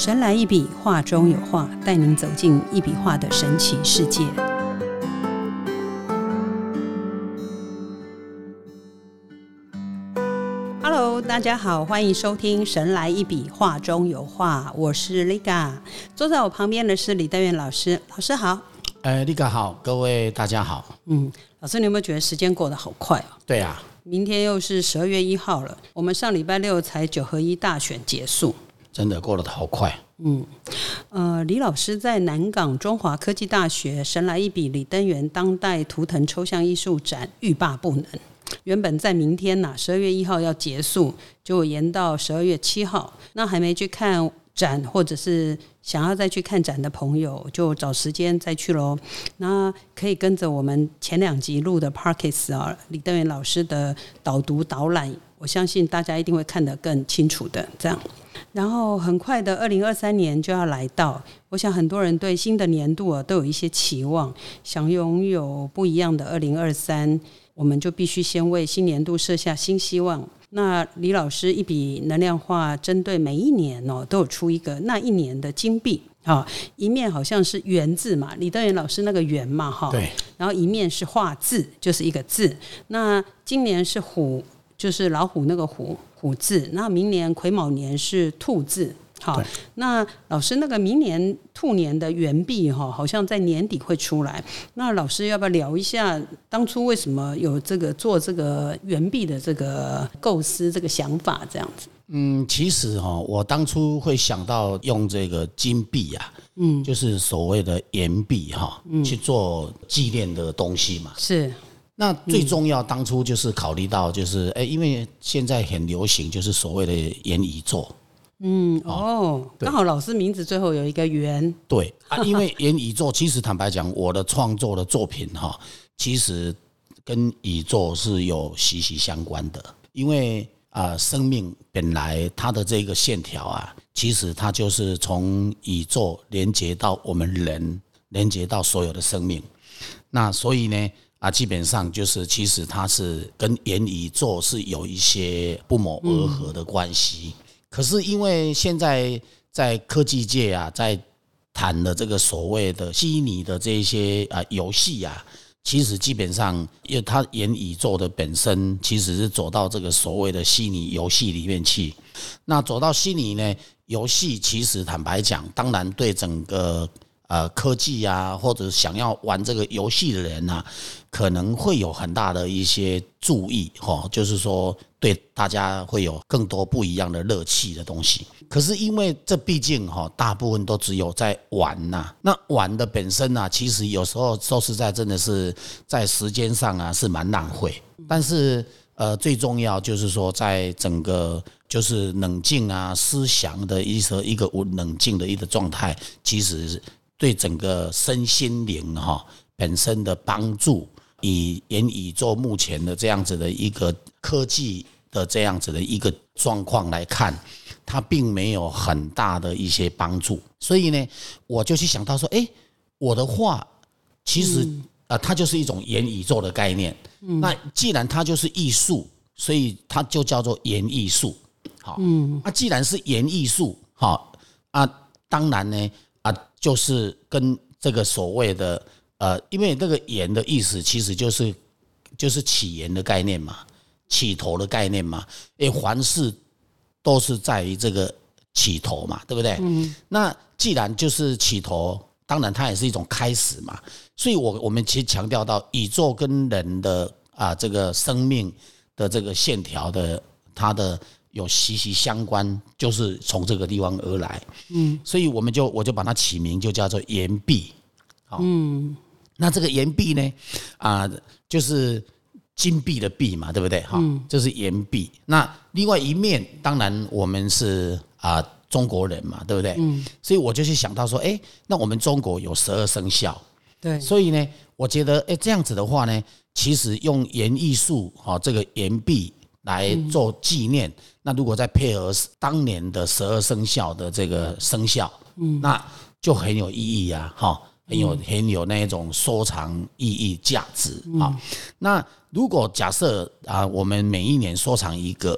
神来一笔，画中有画，带您走进一笔画的神奇世界。Hello， 大家好，欢迎收听神来一笔，画中有画，我是 Liga， 坐在我旁边的是李登元老师，老师好。 Liga 好，各位大家好。 老师，你有没有觉得时间过得好快哦？ 对啊， 明天又是12月1号了，我们上礼拜六才9合1大选结束， 真的过得好快。 李老师在南港中华科技大学神来一笔李登元当代图腾抽象艺术展欲罢不能，原本在明天12月1号要结束，结果延到12月7号。那还没去看展或者是想要再去看展的朋友，就找时间再去咯。那可以跟着我们前2集录的 Podcast 李登元老师的导读导览，我相信大家一定会看得更清楚的。这样，然后很快的2023年就要来到，我想很多人对新的年度都有一些期望，想拥有不一样的2023，我们就必须先为新年度设下新希望。那李老师一笔能量画，针对每一年都有出一个那一年的金币，一面好像是圆字嘛，李登元老师那个圆嘛， 对， 然后一面是画字，就是一个字。那今年是虎，就是老虎那个虎字，那明年癸卯年是兔字。好，那老师那个明年兔年的圆币好像在年底会出来，那老师要不要聊一下当初为什么有这个做这个圆币的这个构思这个想法这样子？ 其实我当初会想到用这个金币啊，就是所谓的盐币去做纪念的东西嘛。 是。 那最重要当初就是考虑到就是因为现在很流行就是所谓的元宇宙。 刚好老师名字最后有一个圆。对啊，因为元宇宙其实坦白讲，我的创作的作品其实跟宇宙是有息息相关的。因为生命本来它的这个线条其实它就是从宇宙连接到我们人，连接到所有的生命。那所以呢基本上就是其实它是跟元宇宙是有一些不谋而合的关系。可是因为现在在科技界在谈的这个所谓的虚拟的这些游戏其实基本上因为它元宇宙的本身其实是走到这个所谓的虚拟游戏里面去。那走到虚拟呢游戏，其实坦白讲，当然对整个科技或者想要玩这个游戏的人可能会有很大的一些注意就是说对大家会有更多不一样的乐趣的东西。可是因为这毕竟大部分都只有在玩那玩的本身其实有时候说实在真的是在时间上是蛮浪费。但是最重要就是说在整个就是冷静思想的一个冷静的一个状态，其实对整个身心灵本身的帮助，以元宇宙目前的这样子的一个科技的这样子的一个状况来看，它并没有很大的一些帮助。所以呢，我就去想到说，我的画其实它就是一种元宇宙的概念。那既然它就是艺术，所以它就叫做元艺术。好，既然是元艺术，当然呢。就是跟这个所谓的因为这个元的意思其实就是起源的概念嘛，起头的概念嘛。凡事都是在于这个起头嘛，对不对？那既然就是起头，当然它也是一种开始嘛。所以我们其实强调到宇宙跟人的这个生命的这个线条的它的有息息相关，就是从这个地方而来。所以我就把它起名就叫做元币。那这个元币呢就是金币的币嘛，对不对？就是元币。那另外一面当然我们是中国人嘛，对不对？所以我就去想到说那我们中国有12生肖。对，所以呢我觉得这样子的话呢，其实用元艺术这个元币来做纪念，那如果再配合当年的12生肖的这个生肖，那就很有意义很有那种收藏意义价值。那如果假设我们每一年收藏一个，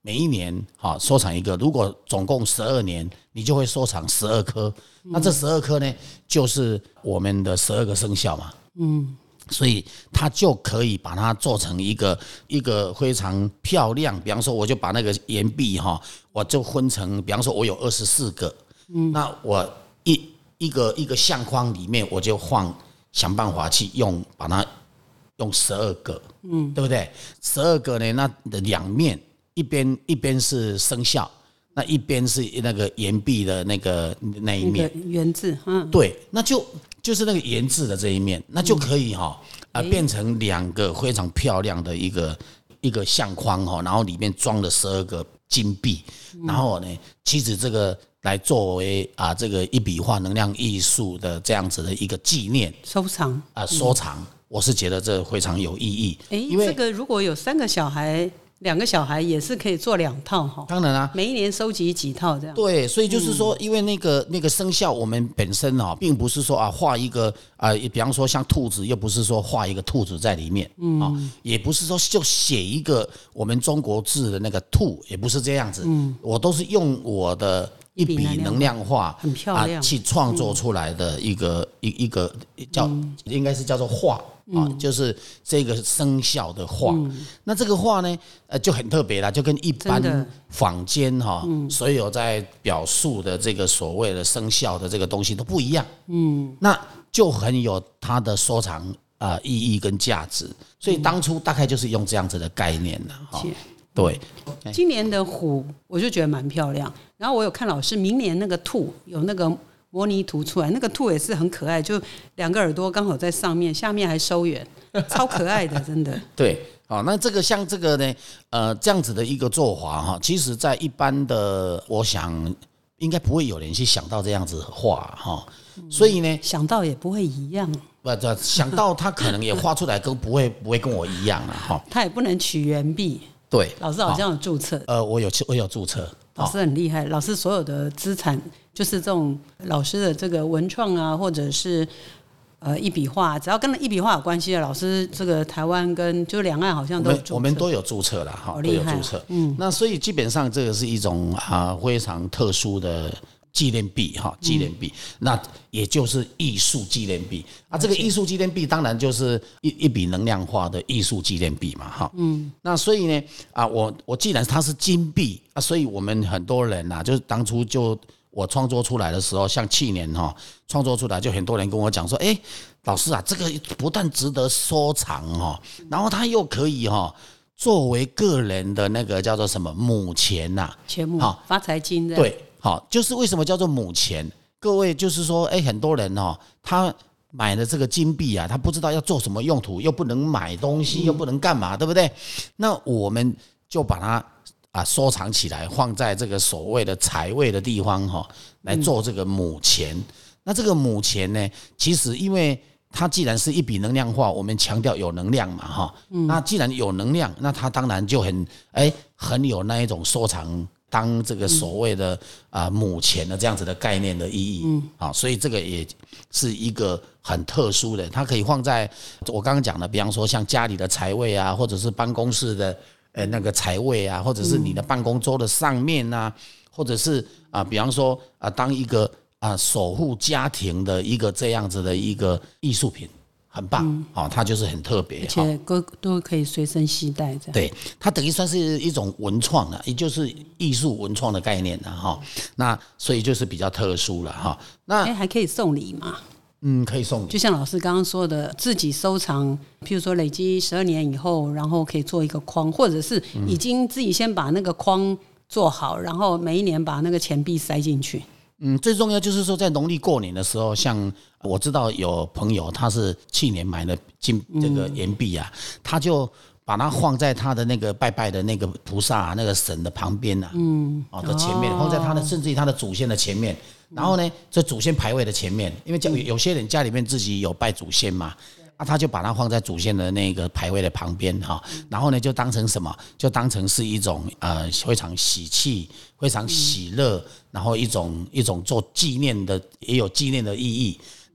每一年收藏一个，如果总共12年，你就会收藏12颗。那这12颗呢，就是我们的12个生肖嘛。所以它就可以把它做成一个非常漂亮。比方说，我就把那个岩壁我就分成，比方说我有24个，那我一个相框里面，我就想办法去把它用12个，对不对？12个呢，那两面一边是生肖，那一边是那个岩壁的那一面圆字， 对，那就是那个岩字的这一面，那就可以变成2个非常漂亮的一个相框然后里面装了12个金币，然后呢，其实这个来作为这个一笔画能量艺术的这样子的一个纪念收藏， 我是觉得这非常有意义。因为这个如果有3个小孩。2个小孩也是可以做2套当然啊， 每一年收集几套这样。 对，所以就是说，因为那个生肖，我们本身并不是说画一个比方说像兔子，又不是说画一个兔子在里面，也不是说就写一个我们中国字的那个兔，也不是这样子，我都是用我的一笔能量画， 很漂亮去创作出来的一个应该是叫做画。就是这个生肖的画，那这个画呢，就很特别啦，就跟一般坊间所有在表述的这个所谓的生肖的这个东西都不一样，那就很有它的收藏意义跟价值，所以当初大概就是用这样子的概念了，对。 今年的虎我就觉得蛮漂亮，然后我有看老师明年那个兔有那个模拟图出来，那个兔也是很可爱，就2个耳朵刚好在上面，下面还收圆，超可爱的，真的。 对，那这个像这个呢，这样子的一个做法其实在一般的，我想应该不会有人去想到这样子画所以呢， 想到也不会一样。 想到他可能也画出来跟不会跟我一样他也不能取圆币。 对， 老师好像有注册。 我有注册。 老师很厉害，老师所有的资产就是这种老师的这个文创啊，或者是一笔画，只要跟一笔画有关系的，老师这个台湾跟就两岸好像都有注册， 我们都有注册啦，都有注册。那所以基本上这个是一种非常特殊的纪念币纪念币，那也就是艺术纪念币这个艺术纪念币当然就是一笔能量化的艺术纪念币嘛那所以呢我既然它是金币所以我们很多人就是当初就我创作出来的时候，像去年创作出来，就很多人跟我讲说，老师这个不但值得收藏然后它又可以作为个人的那个叫做什么母钱钱母发财金的。 对。就是为什么叫做母钱？各位就是说，很多人他买了这个金币他不知道要做什么用途，又不能买东西，又不能干嘛，对不对？那我们就把它收藏起来，放在这个所谓的财位的地方来做这个母钱。那这个母钱呢，其实因为它既然是一笔能量化，我们强调有能量嘛那既然有能量，那它当然就很有那一种收藏。当这个所谓的母钱的这样子的概念的意义所以这个也是一个很特殊的，它可以放在我刚刚讲的，比方说像家里的财位或者是办公室的那个财位或者是你的办公桌的上面或者是比方说当一个守护家庭的一个这样子的一个艺术品。很棒它就是很特别， 而且都可以随身携带这样。 对，它等于算是一种文创也就是艺术文创的概念那所以就是比较特殊了那还可以送礼嘛？ 可以送礼， 就像老师刚刚说的，自己收藏，譬如说累积12年以后，然后可以做一个框，或者是已经自己先把那个框做好，然后每一年把那个钱币塞进去。 最重要就是说，在农历过年的时候，像我知道有朋友他是去年买了这个岩币他就把它放在他的那个拜拜的那个菩萨那个神的旁边的前面，放在他的甚至于他的祖先的前面，然后呢，这祖先牌位的前面，因为有些人家里面自己有拜祖先嘛。他就把它放在祖先的那个牌位的旁边然后呢就当成什么？就当成是一种非常喜气、非常喜乐，然后一种做纪念的，也有纪念的意义。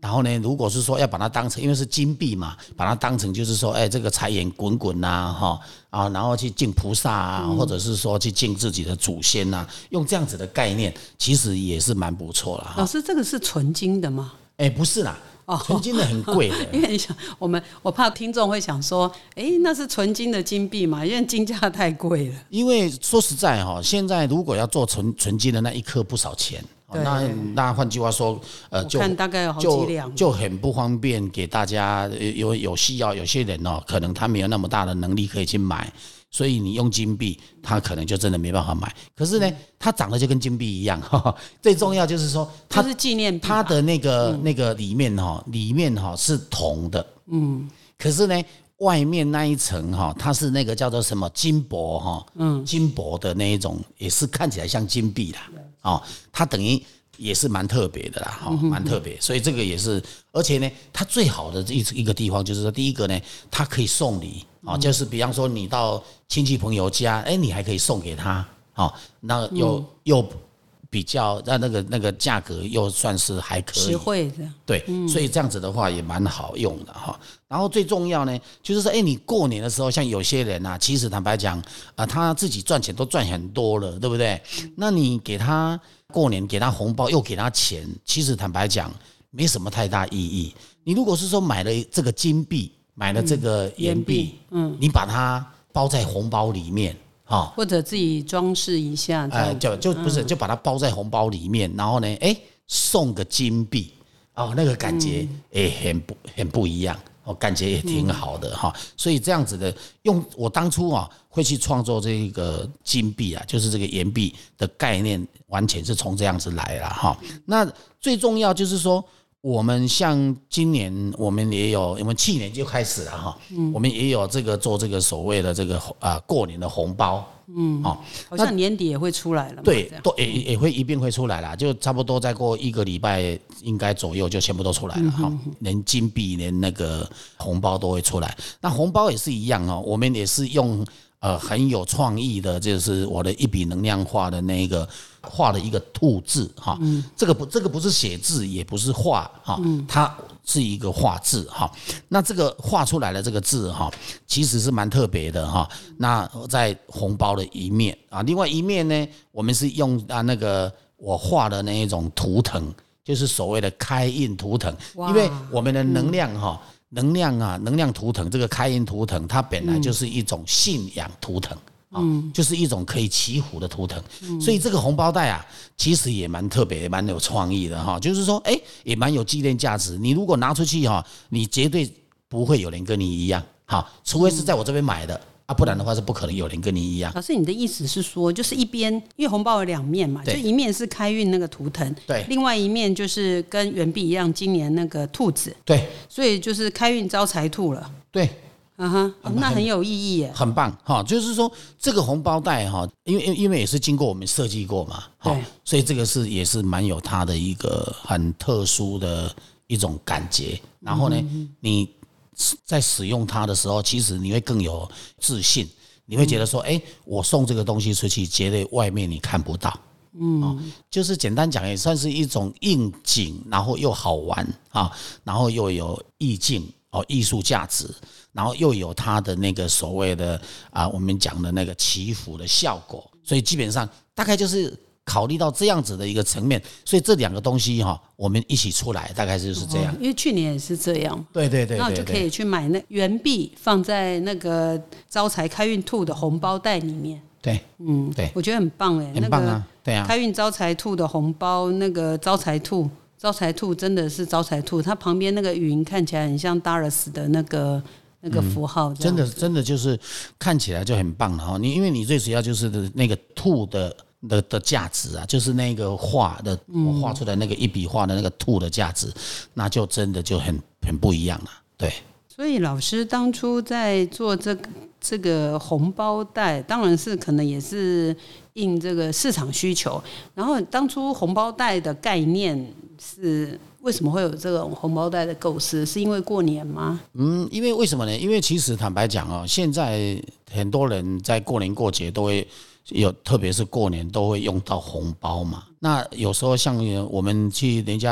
然后呢，如果是说要把它当成，因为是金币嘛，把它当成就是说，这个财源滚滚呐，然后去敬菩萨啊，或者是说去敬自己的祖先呐，用这样子的概念，其实也是蛮不错了。 老师，这个是纯金的吗？ 不是啦。纯金的很贵的， 因为你想，我怕听众会想说，那是纯金的金币嘛？因为金价太贵了。 因为说实在现在如果要做纯金的那一颗不少钱，那换句话说， 我看大概有好几两， 就很不方便给大家有需要，有些人可能他没有那么大的能力可以去买。所以你用金币，它可能就真的没办法买。可是呢，它长得就跟金币一样。最重要就是说，它是纪念币， 它的那个里面是铜的，可是呢，外面那一层它是那个叫做什么金箔金箔的那一种，也是看起来像金币啦。它等于也是蛮特别的啦，蛮特别。所以这个也是，而且呢，它最好的一个地方就是说，第一个呢，它可以送礼。就是比方说你到亲戚朋友家，你还可以送给他，那又比较那个价格又算是还可以， 实惠的， 对，所以这样子的话也蛮好用的哈。然后最重要呢，就是说，你过年的时候，像有些人啊，其实坦白讲他自己赚钱都赚很多了，对不对？那你给他过年给他红包又给他钱，其实坦白讲没什么太大意义。你如果是说买了这个金币，买了这个盐币，你把它包在红包里面， 或者自己装饰一下， 就不是就把它包在红包里面，然后呢，送个金币，那个感觉很不一样，感觉也挺好的哈。所以这样子的，我当初会去创作这个金币啊，就是这个盐币的概念，完全是从这样子来了哈。那最重要就是说，我们像今年我们去年就开始了哈，我们也有这个做这个所谓的这个过年的红包， 好像年底也会出来了嘛， 对，都也会一并会出来了，就差不多再过1个礼拜应该左右就全部都出来了哈，连金币连那个红包都会出来。那红包也是一样我们也是用很有创意的，就是我的一笔能量画的那个画了一个兔字哈，这个不是写字，也不是画哈，它是一个画字哈。那这个画出来的这个字哈，其实是蛮特别的哈。那在红包的一面另外一面呢，我们是用那个我画的那一种图腾，就是所谓的开运图腾，因为我们的能量能量图腾，这个开运图腾，它本来就是一种信仰图腾，就是一种可以祈福的图腾，所以这个红包袋其实也蛮特别，也蛮有创意的就是说，也蛮有纪念价值。你如果拿出去你绝对不会有人跟你一样，除非是在我这边买的。不然的话是不可能有人跟你一样。 老师，你的意思是说，就是一边因为红包有2面嘛，就一面是开运那个图腾， 对， 另外一面就是跟元币一样，今年那个兔子， 对， 所以就是开运招财兔了， 对。 那很有意义耶， 很棒就是说这个红包袋因为也是经过我们设计过嘛，所以这个也是蛮有它的一个很特殊的一种感觉。然后呢，你在使用它的时候，其实你会更有自信，你会觉得说，我送这个东西出去，绝对外面你看不到。就是简单讲，也算是一种应景，然后又好玩然后又有意境艺术价值，然后又有它的那个所谓的我们讲的那个祈福的效果，所以基本上大概就是考虑到这样子的一个层面，所以这2个东西我们一起出来，大概就是这样。 因为去年也是这样， 对， 那我就可以去买那元币，放在那个招财开运兔的红包袋里面。 对，对， 我觉得很棒很棒啊，对啊， 开运招财兔的红包，那个招财兔真的是招财兔，它旁边那个云看起来很像 Daras 的那个符号， 真的就是看起来就很棒了因为你最主要就是那个兔的价值就是那个画的，我画出来那个一笔画的那个兔的价值，那就真的就很不一样了，对。 所以老师当初在做这个红包袋，当然是可能也是应这个市场需求。然后当初红包袋的概念是为什么会有这种红包袋的构思？是因为过年吗？ 因为为什么呢？因为其实坦白讲现在很多人在过年过节都会有，特别是过年都会用到红包嘛。那有时候像我们去人家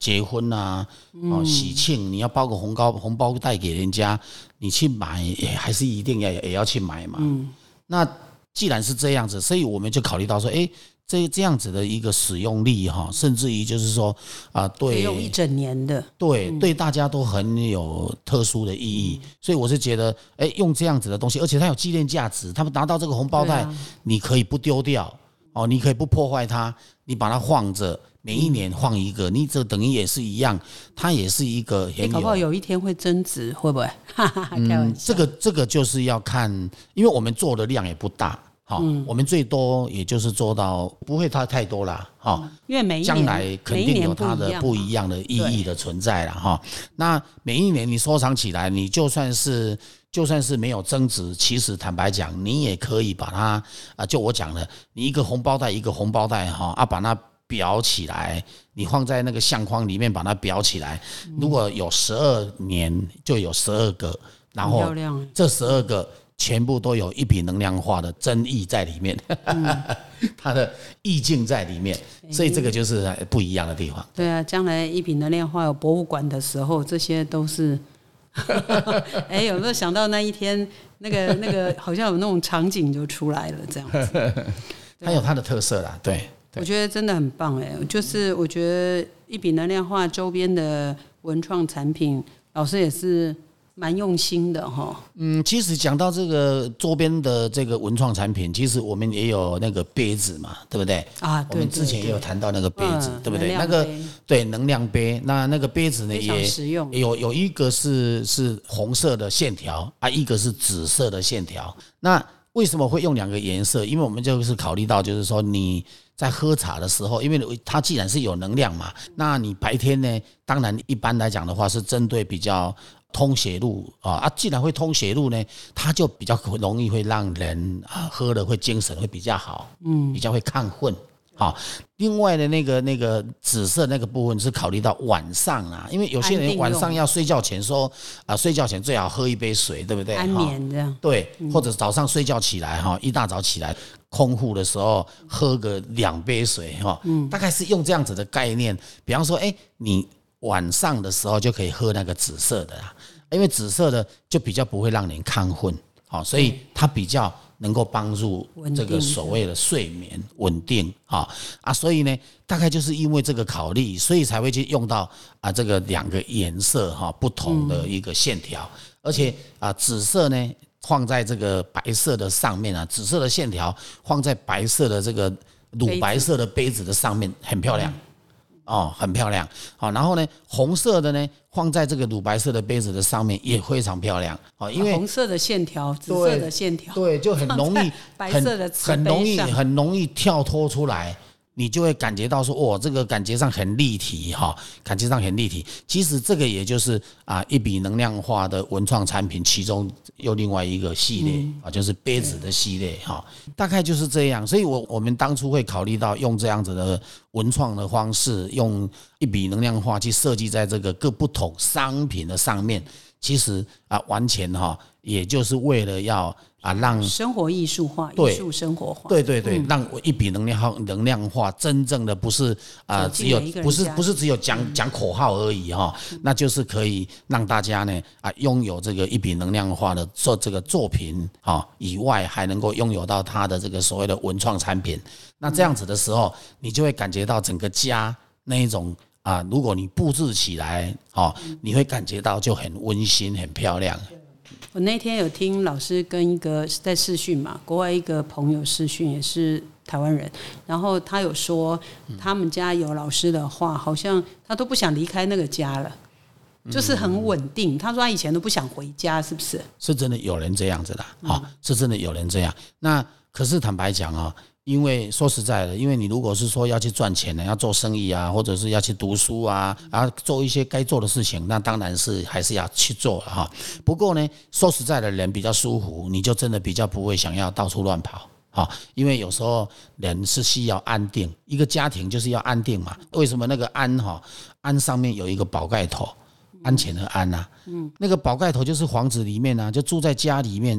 结婚啊，喜庆，你要包个红包袋给人家，你去买还是一定也要去买嘛。那既然是这样子，所以我们就考虑到说，这样子的一个使用率哈，甚至于就是说对， 用一整年的， 对大家都很有特殊的意义，所以我是觉得，用这样子的东西，而且它有纪念价值，他们拿到这个红包袋，你可以不丢掉哦，你可以不破坏它，你把它放着。每一年放一个，你这等于也是一样，它也是一个很有。 搞不好有一天会增值，会不会？开玩笑。 这个就是要看，因为我们做的量也不大，我们最多也就是做到不会太多啦， 因为每一年将来肯定有它的不一样的意义的存在啦，那每一年你收藏起来，你就算是没有增值，其实坦白讲，你也可以把它就我讲的，你一个红包袋把它裱起来，你放在那个相框里面把它裱起来，如果有12年就有12个，然后这12个全部都有一笔能量化的真意在里面，它的意境在里面，所以这个就是不一样的地方。 对啊，将来一笔能量化有博物馆的时候，这些都是有没有想到那一天那个好像有那种场景就出来了这样子。 它有它的特色啦，对。 我觉得真的很棒就是我觉得一笔能量化周边的文创产品，老师也是蛮用心的哈。 其实讲到这个周边的这个文创产品，其实我们也有那个杯子嘛，对不对？ 啊，对， 我们之前也有谈到那个杯子，对不对？那个对能量杯，那个杯子呢也实用， 有一个是红色的线条一个是紫色的线条。那为什么会用2个颜色？因为我们就是考虑到，就是说你在喝茶的时候，因为它既然是有能量嘛，那你白天呢，当然一般来讲的话是针对比较通血路既然会通血路呢，它就比较容易会让人喝了会精神会比较好，比较会亢奋。另外的那个紫色那个部分是考虑到晚上因为有些人晚上要睡觉前说睡觉前最好喝一杯水，对不对？ 安眠这样。 对，或者早上睡觉起来一大早起来空腹的时候喝个2杯水大概是用这样子的概念。比方说你晚上的时候就可以喝那个紫色的啦，因为紫色的就比较不会让人亢奋，所以它比较能够帮助这个所谓的睡眠稳定所以呢，大概就是因为这个考虑，所以才会去用到这个2个颜色不同的一个线条，而且紫色呢放在这个白色的上面紫色的线条放在白色的这个乳白色的杯子的上面，很漂亮。很漂亮。然后呢，红色的呢放在这个乳白色的杯子的上面也非常漂亮。因为红色的线条、紫色的线条， 对，就很容易白色的很容易跳脱出来。你就会感觉到说，这个感觉上很立体感觉上很立体。其实这个也就是一笔能量化的文创产品其中又另外一个系列就是杯子的系列大概就是这样。所以我们当初会考虑到用这样子的文创的方式，用一笔能量化去设计在这个各不同商品的上面，其实完全也就是为了要让生活艺术化，艺术生活化， 对，让我一笔能量化，真正的不是只有不是只有讲口号而已那就是可以让大家呢拥有这个一笔能量化的这个作品以外，还能够拥有到它的这个所谓的文创产品。那这样子的时候，你就会感觉到整个家那一种如果你布置起来你会感觉到就很温馨很漂亮。 我那天有听老师跟一个在视讯嘛，国外一个朋友视讯，也是台湾人，然后他有说他们家有老师的话，好像他都不想离开那个家了，就是很稳定。他说他以前都不想回家，是不是？ 是真的有人这样子的是真的有人这样。那可是坦白讲因为说实在的，因为你如果是说要去赚钱要做生意或者是要去读书做一些该做的事情，那当然是还是要去做了不过呢，说实在的，人比较舒服，你就真的比较不会想要到处乱跑因为有时候人是需要安定，一个家庭就是要安定嘛。为什么那个安上面有一个宝盖头，安全的安那个宝盖头就是房子里面就住在家里面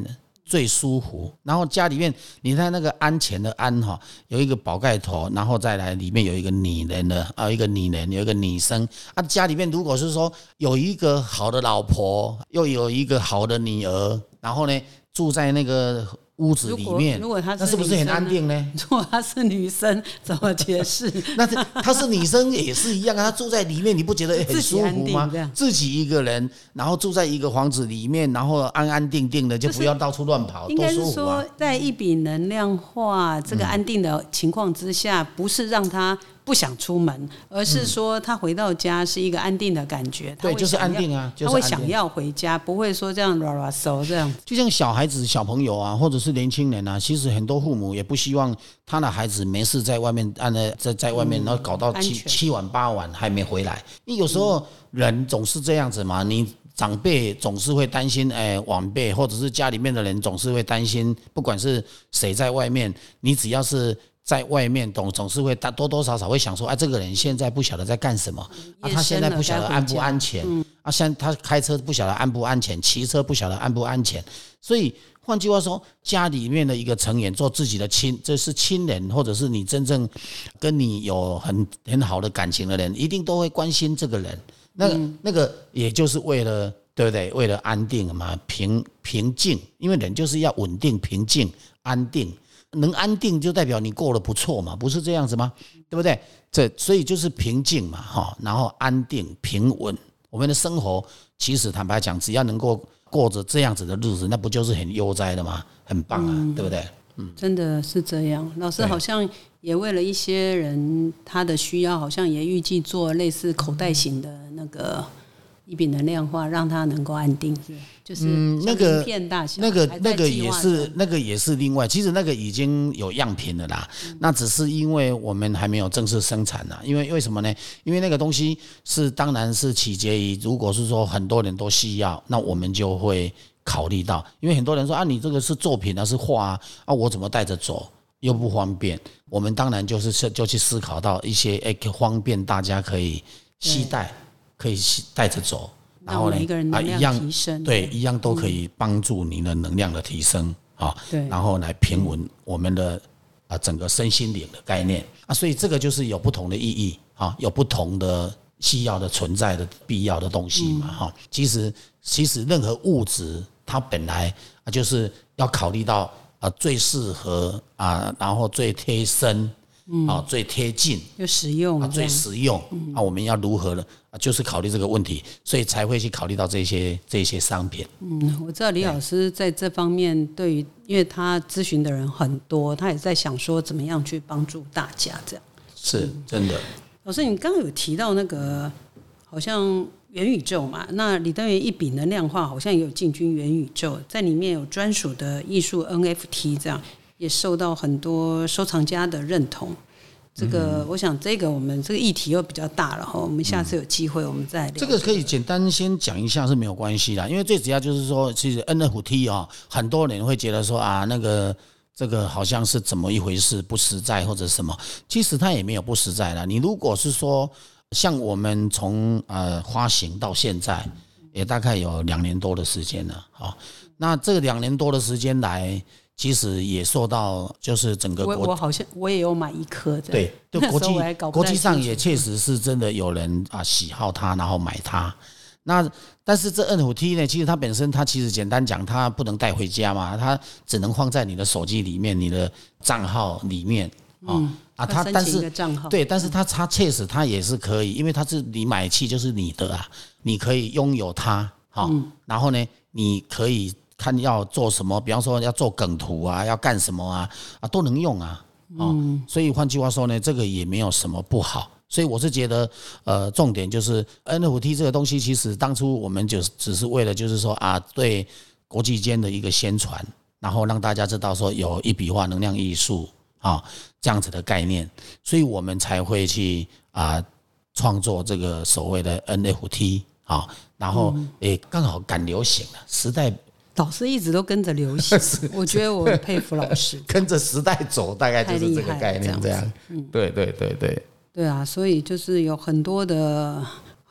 最舒服。然后家里面你看那个安全的安哈，有一个宝盖头，然后再来里面有一个女人的一个女人，有一个女生啊。家里面如果是说有一个好的老婆，又有一个好的女儿，然后呢住在那个屋子里面， 如果她是那是不是很安定呢？ 如果她是女生，怎么解释？ 那她是女生也是一样啊，她住在里面，你不觉得很舒服吗？自己一个人，然后住在一个房子里面，然后安安定定的，就不要到处乱跑， 应该是多舒服啊！ 说，在一笔能量化这个安定的情况之下，不是让她不想出门，而是说他回到家是一个安定的感觉。 对，就是安定啊， 他会想要回家，不会说这样拉拉手这样。 就像小孩子、小朋友啊，或者是年轻人啊，其实很多父母也不希望他的孩子没事在外面在外面，然后搞到七晚八晚还没回来。因为有时候人总是这样子嘛，你长辈总是会担心，晚辈或者是家里面的人总是会担心，不管是谁在外面，你只要是在外面总是会多多少少会想说，这个人现在不晓得在干什么啊，他现在不晓得安不安全啊，现在他开车不晓得安不安全，骑车不晓得安不安全。所以换句话说，家里面的一个成员做自己的这是亲人，或者是你真正跟你有很好的感情的人，一定都会关心这个人。那个也就是为了，对不对？为了安定嘛，平静，因为人就是要稳定、平静、安定。能安定就代表你过得不错嘛，不是这样子吗？对不对？所以就是平静嘛，然后安定平稳。我们的生活其实坦白讲，只要能够过着这样子的日子，那不就是很悠哉的吗？很棒啊，对不对？ 真的是这样。老师好像也为了一些人他的需要，好像也预计做类似口袋型的那个一笔能量化，让他能够安定，就是那个片大小，那个也是另外，其实那个已经有样品了啦。那只是因为我们还没有正式生产啦。因为什么呢？因为那个东西当然是取决于，如果是说很多人都需要，那我们就会考虑到。因为很多人说你这个是作品是画我怎么带着走又不方便？我们当然就去思考到一些方便大家可以携带。可以带着走，然后呢， 一个人能量提升， 对，一样都可以帮助你的能量的提升对，然后来平稳我们的整个身心灵的概念所以这个就是有不同的意义有不同的需要的存在的必要的东西嘛其实任何物质它本来就是要考虑到最适合然后最贴身。最贴近又实用最实用我们要如何呢？就是考虑这个问题，所以才会去考虑到这些商品。 我知道李老师在这方面对于，因为他咨询的人很多，他也在想说怎么样去帮助大家，这样是真的。 老师，你刚刚有提到那个好像元宇宙嘛，那李登元一笔能量化好像也有进军元宇宙，在里面有专属的艺术 NFT 这样。也受到很多收藏家的认同，这个我想这个我们这个议题又比较大了我们下次有机会我们再聊。 这个可以简单先讲一下是没有关系啦，因为最主要就是说，其实 NFT 很多人会觉得说那个这个好像是怎么一回事，不实在或者什么，其实它也没有不实在啦。你如果是说像我们从发行到现在，也大概有2年多的时间了那这个2年多的时间来。其实也受到就是整个我好像我也有买一颗的， 对，国际上也确实是真的有人喜好它，然后买它。那但是这 NFT 呢，其实它本身它其实简单讲，它不能带回家嘛，它只能放在你的手机里面，你的账号里面它但是对，但是它确实它也是可以，因为它是你买去就是你的你可以拥有它然后呢，你可以。看要做什么，比方说要做梗图要干什么都能用所以换句话说呢，这个也没有什么不好。所以我是觉得，重点就是 NFT 这个东西，其实当初我们就只是为了就是说对国际间的一个宣传，然后让大家知道说有一笔画能量艺术这样子的概念，所以我们才会去创作这个所谓的 NFT 然后也刚好赶流行了，时代。 老师一直都跟着流行，我觉得我很佩服老师， 跟着时代走，大概就是这个概念这样。对。 对啊，所以就是有很多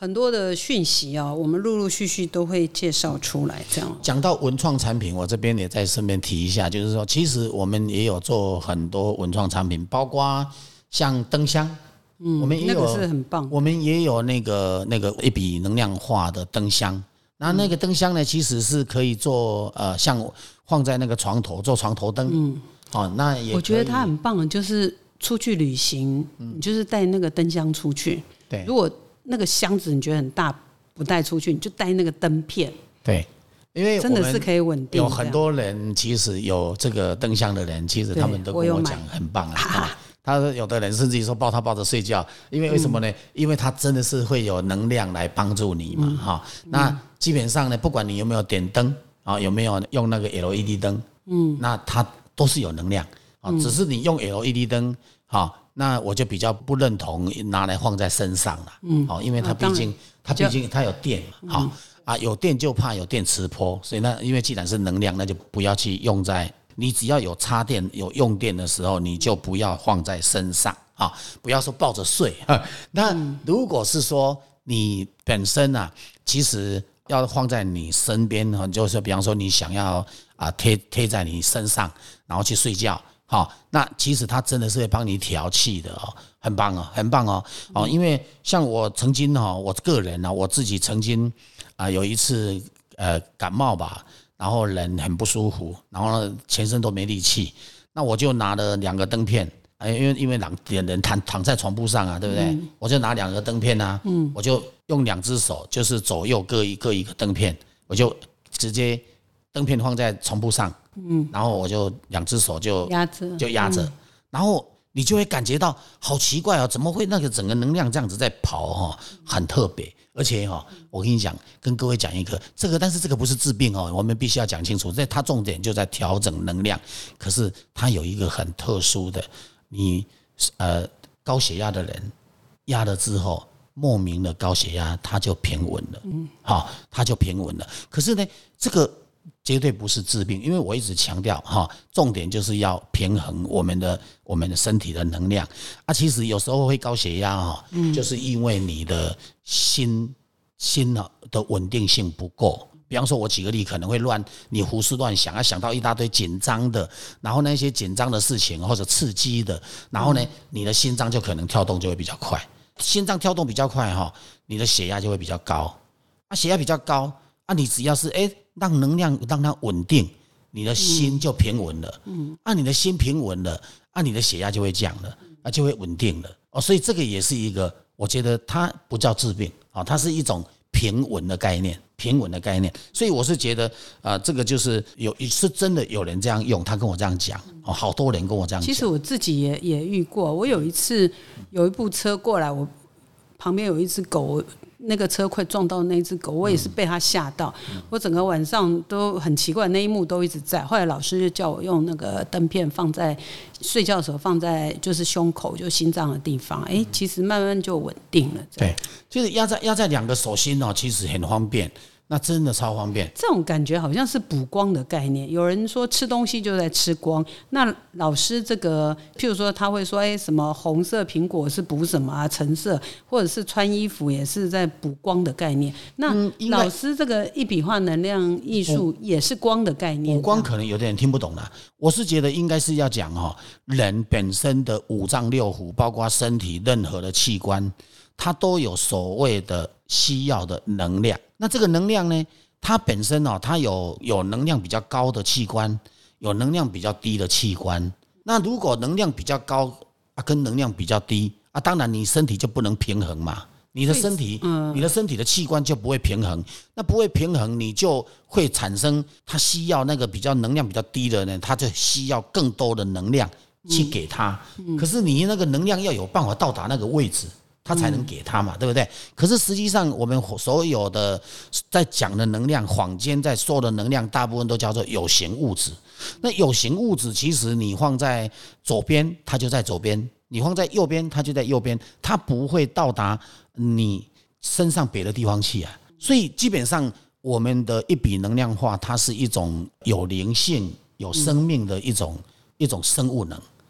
很多的讯息啊，我们陆陆续续都会介绍出来。这样讲到文创产品，我这边也再顺便提一下，就是说，其实我们也有做很多文创产品，包括像灯箱，我们也有， 那个是很棒。 我们也有那个一笔能量化的灯箱。那个灯箱呢，其实是可以做像放在那个床头做床头灯。那也我觉得它很棒，就是出去旅行，你就是带那个灯箱出去。 对， 如果那个箱子你觉得很大，不带出去，你就带那个灯片。 对，因为真的是可以稳定。 有很多人其实有这个灯箱的人，其实他们都跟我讲很棒啊。他有的人甚至于说抱着睡觉，因为什么呢？因为它真的是会有能量来帮助你嘛。那基本上呢，不管你有没有点灯啊，有没有用那个 LED 灯，那它都是有能量啊。只是你用 LED 灯，那我就比较不认同拿来放在身上了。因为它毕竟它有电嘛。有电就怕有电磁波，所以那因为既然是能量，那就不要去用在。你只要有插电有用电的时候，你就不要放在身上不要说抱着睡。那如果是说你本身其实要放在你身边，就是比方说你想要贴在你身上，然后去睡觉，那其实它真的是会帮你调气的很棒很棒因为像我曾经我个人我自己曾经有一次感冒吧。然后人很不舒服，然后呢全身都没力气，那我就拿了2个灯片，因为人躺在床铺上对不对？我就拿2个灯片我就用2只手，就是左右各一个灯片，我就直接灯片放在床铺上，然后我就2只手就压着，然后你就会感觉到好奇怪怎么会那个整个能量这样子在跑很特别。而且我跟你讲，跟各位讲一个但是这个不是治病我们必须要讲清楚，它重点就在调整能量。可是它有一个很特殊的，你高血压的人压了之后，莫名的高血压它就平稳了，它就平稳了。可是呢，这个绝对不是治病，因为我一直强调重点就是要平衡我们的身体的能量其实有时候会高血压就是因为你的心的稳定性不够。比方说我举个例，可能会你胡思乱想想到一大堆紧张的，然后那些紧张的事情或者刺激的，然后呢你的心脏就可能跳动就会比较快，心脏跳动比较快你的血压就会比较高血压比较高你只要是让能量让它稳定，你的心就平稳了你的心平稳了你的血压就会降了就会稳定了所以这个也是一个，我觉得它不叫治病它是一种平稳的概念。所以我是觉得这个就是是真的有人这样用，他跟我这样讲好多人跟我这样讲。 其实我自己也遇过，我有一次有一部车过来，我旁边有一只狗，那个车快撞到那只狗，我也是被它吓到，我整个晚上都很奇怪，那一幕都一直在。后来老师就叫我用那个灯片放在睡觉的时候，放在就是胸口就心脏的地方，其实慢慢就稳定了。 对，就是压在2个手心其实很方便。那真的超方便， 这种感觉好像是补光的概念。有人说吃东西就在吃光，那老师这个，譬如说他会说，什么红色苹果是补什么橙色，或者是穿衣服也是在补光的概念。那老师这个一笔画能量艺术也是光的概念。 补光可能有的人听不懂啦，我是觉得应该是要讲人本身的5脏6腑，包括身体任何的器官，它都有所谓的需要的能量。那这个能量呢，它本身它有能量比较高的器官，有能量比较低的器官。那如果能量比较高跟能量比较低当然你身体就不能平衡嘛，你的身体的器官就不会平衡。那不会平衡，你就会产生它需要那个比较能量比较低的呢，它就需要更多的能量去给它。可是你那个能量要有办法到达那个位置，他才能给他嘛，对不对？可是实际上我们所有的在讲的能量，坊间在说的能量，大部分都叫做有形物质。那有形物质其实你放在左边它就在左边，你放在右边它就在右边，它不会到达你身上别的地方去所以基本上我们的一笔能量化，它是一种有灵性有生命的一种生物能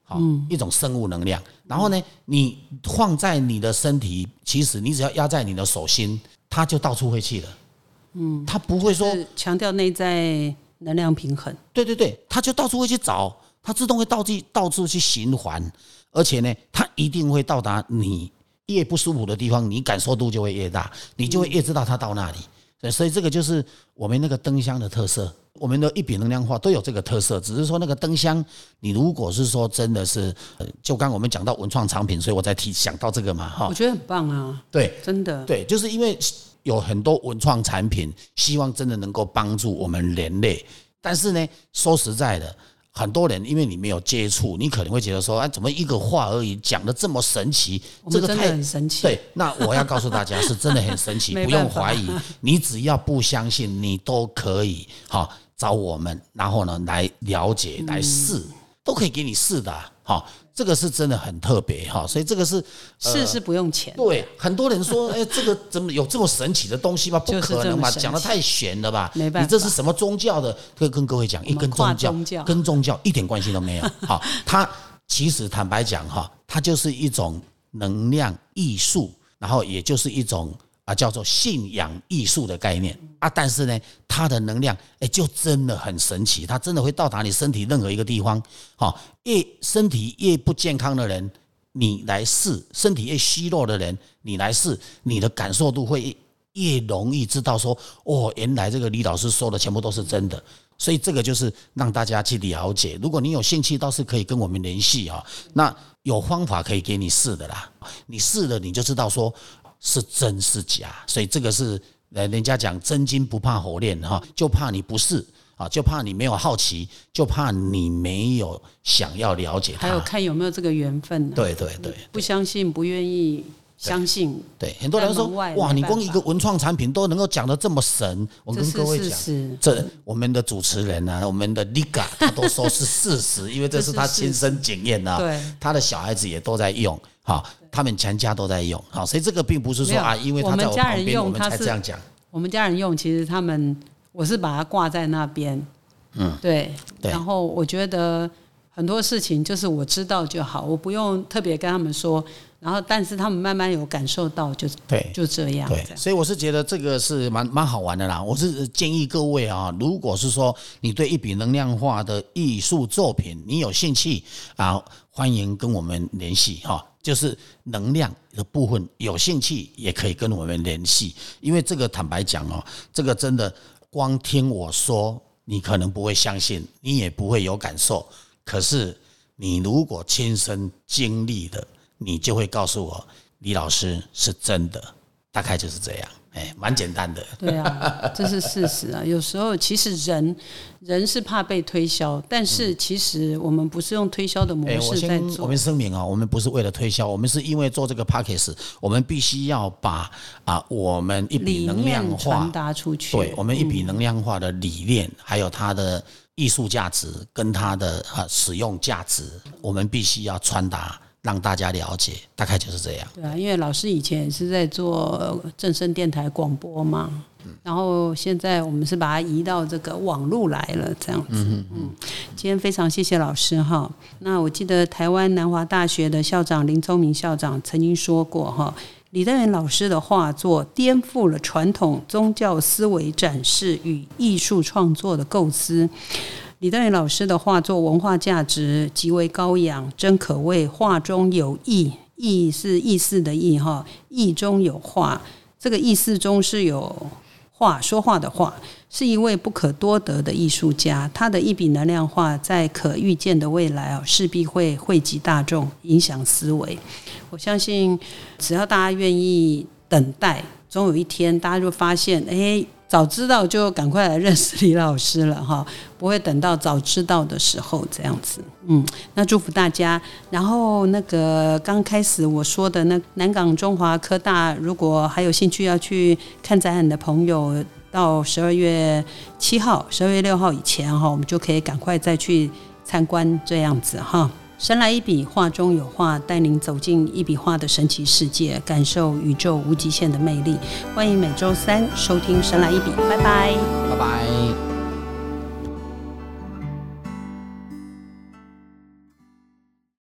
一种生物能量。然后呢，你放在你的身体，其实你只要压在你的手心，它就到处会去了。它不会说强调内在能量平衡。 对，它就到处会去找，它自动会到处去循环，而且呢，它一定会到达你越不舒服的地方，你感受度就会越大，你就会越知道它到那里。所以这个就是我们那个灯箱的特色，我们的一笔能量化都有这个特色，只是说那个灯箱，你如果是说真的是，就刚我们讲到文创产品，所以我才想到这个嘛， 我觉得很棒啊， 对， 真的， 对，就是因为有很多文创产品，希望真的能够帮助我们人类，但是呢，说实在的。很多人因为你没有接触，你可能会觉得说，怎么一个话而已，讲得这么神奇， 这个真的很神奇。 对，那我要告诉大家，是真的很神奇，不用怀疑，你只要不相信，你都可以找我们，然后呢来了解、来试，都可以给你试的。这个是真的很特别所以这个是是不用钱。 对，很多人说，这个怎么有这么神奇的东西吗？不可能吧，讲得太玄了吧？ 没办法， 你这是什么宗教的？跟各位讲，跟宗教一点关系都没有。它其实坦白讲它就是一种能量艺术，然后也就是一种叫做信仰艺术的概念但是呢，它的能量就真的很神奇，它真的会到达你身体任何一个地方。身体越不健康的人，你来试；身体越虚弱的人，你来试，你的感受度会越容易知道说，原来这个李老师说的全部都是真的。所以这个就是让大家去了解。如果你有兴趣，倒是可以跟我们联系那有方法可以给你试的啦，你试了你就知道说。是真是假，所以这个是人家讲真金不怕火炼就怕你不是就怕你没有好奇，就怕你没有想要了解它， 还有看有没有这个缘分对， 不相信不愿意相信。 对，很多人说哇，你光一个文创产品都能够讲得这么神，我跟各位讲，这我们的主持人我们的 Liga 他都说是事实，因为这是他亲身经验对， 他的小孩子也都在用他们全家都在用所以这个并不是说因为他在我旁边我们才这样讲。 我们家人用，其实我是把它挂在那边，对，然后我觉得很多事情就是我知道就好，我不用特别跟他们说，然后但是他们慢慢有感受到就这样。 对，所以我是觉得这个是蛮好玩的啦。我是建议各位如果是说你对一笔能量化的艺术作品你有兴趣欢迎跟我们联系就是能量的部分有兴趣也可以跟我们联系，因为这个坦白讲这个真的光听我说你可能不会相信，你也不会有感受，可是你如果亲身经历的，你就会告诉我李老师是真的，大概就是这样，蛮简单的。 对啊，这是事实啊。有时候其实人是怕被推销，但是其实我们不是用推销的模式在做。 我们声明我们不是为了推销，我们是因为做这个 Podcast， 我们必须要把我们一笔能量化传达出去。 对，我们一笔能量化的理念，还有它的艺术价值跟它的使用价值，我们必须要传达。让大家了解，大概就是这样。 对啊，因为老师以前也是在做正声电台广播嘛，然后现在我们是把它移到这个网路来了，这样子。今天非常谢谢老师哈。那我记得台湾南华大学的校长林聪明校长曾经说过哈，李登元老师的画作颠覆了传统宗教思维展示与艺术创作的构思。李登元老师的画作文化价值极为高扬，真可谓画中有意，意是意思的意哈，意中有画，这个意思中是有话，说话的话，是一位不可多得的艺术家。他的一笔能量画在可预见的未来势必会惠及大众，影响思维。我相信只要大家愿意等待，总有一天大家就发现早知道就赶快来认识李老师了哈，不会等到早知道的时候这样子。那祝福大家。然后那个刚开始我说的那南港中华科大，如果还有兴趣要去看展览的朋友，到12月7号、12月6号以前我们就可以赶快再去参观这样子哈。神来一笔，画中有画，带您走进一笔画的神奇世界，感受宇宙无极限的魅力。欢迎每周3收听《神来一笔》，拜拜， 拜拜。